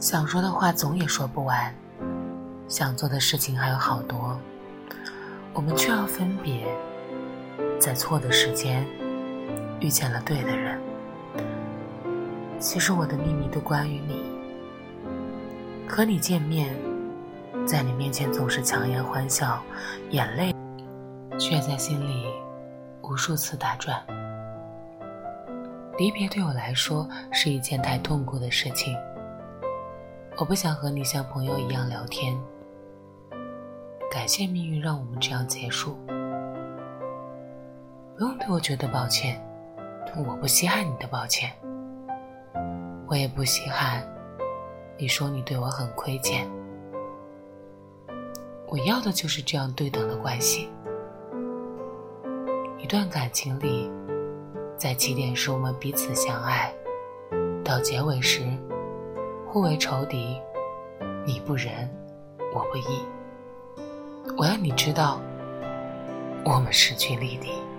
想说的话总也说不完，想做的事情还有好多，我们却要分别，在错的时间遇见了对的人。其实我的秘密都关于你，和你见面，在你面前总是强颜欢笑，眼泪却在心里无数次打转。离别对我来说是一件太痛苦的事情，我不想和你像朋友一样聊天。感谢命运让我们这样结束，不用对我觉得抱歉，我不稀罕你的抱歉，我也不稀罕你说你对我很亏欠。我要的就是这样对等的关系。一段感情里，在起点时我们彼此相爱，到结尾时互为仇敌，你不仁，我不义。我要你知道，我们势均力敌。